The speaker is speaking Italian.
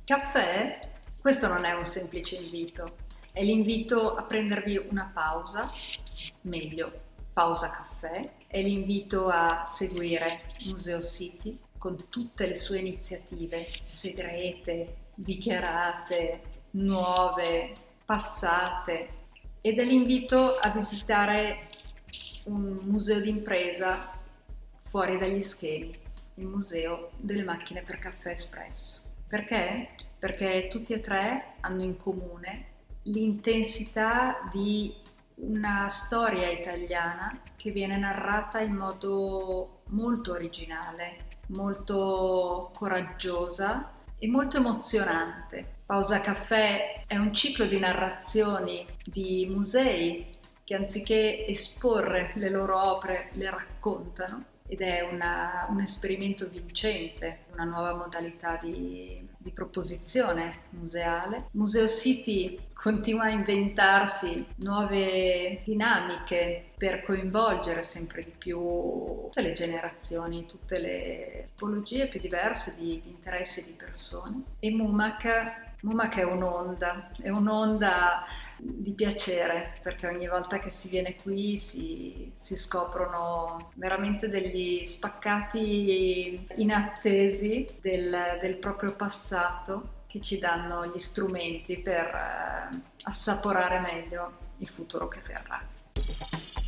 Caffè? Questo non è un semplice invito, è l'invito a prendervi una pausa, meglio, pausa caffè, è l'invito a seguire Museo City con tutte le sue iniziative segrete, dichiarate, nuove, passate, ed è l'invito a visitare un museo d'impresa fuori dagli schemi, il museo delle macchine per caffè espresso. Perché? Perché tutti e tre hanno in comune l'intensità di una storia italiana che viene narrata in modo molto originale, molto coraggiosa e molto emozionante. Pausa Caffè è un ciclo di narrazioni di musei che anziché esporre le loro opere le raccontano, ed è un esperimento vincente, una nuova modalità di proposizione museale. Museo City continua a inventarsi nuove dinamiche per coinvolgere sempre di più tutte le generazioni, tutte le tipologie più diverse di interessi di persone. E MUMAC è un'onda di piacere, perché ogni volta che si viene qui si scoprono veramente degli spaccati inattesi del proprio passato che ci danno gli strumenti per assaporare meglio il futuro che verrà.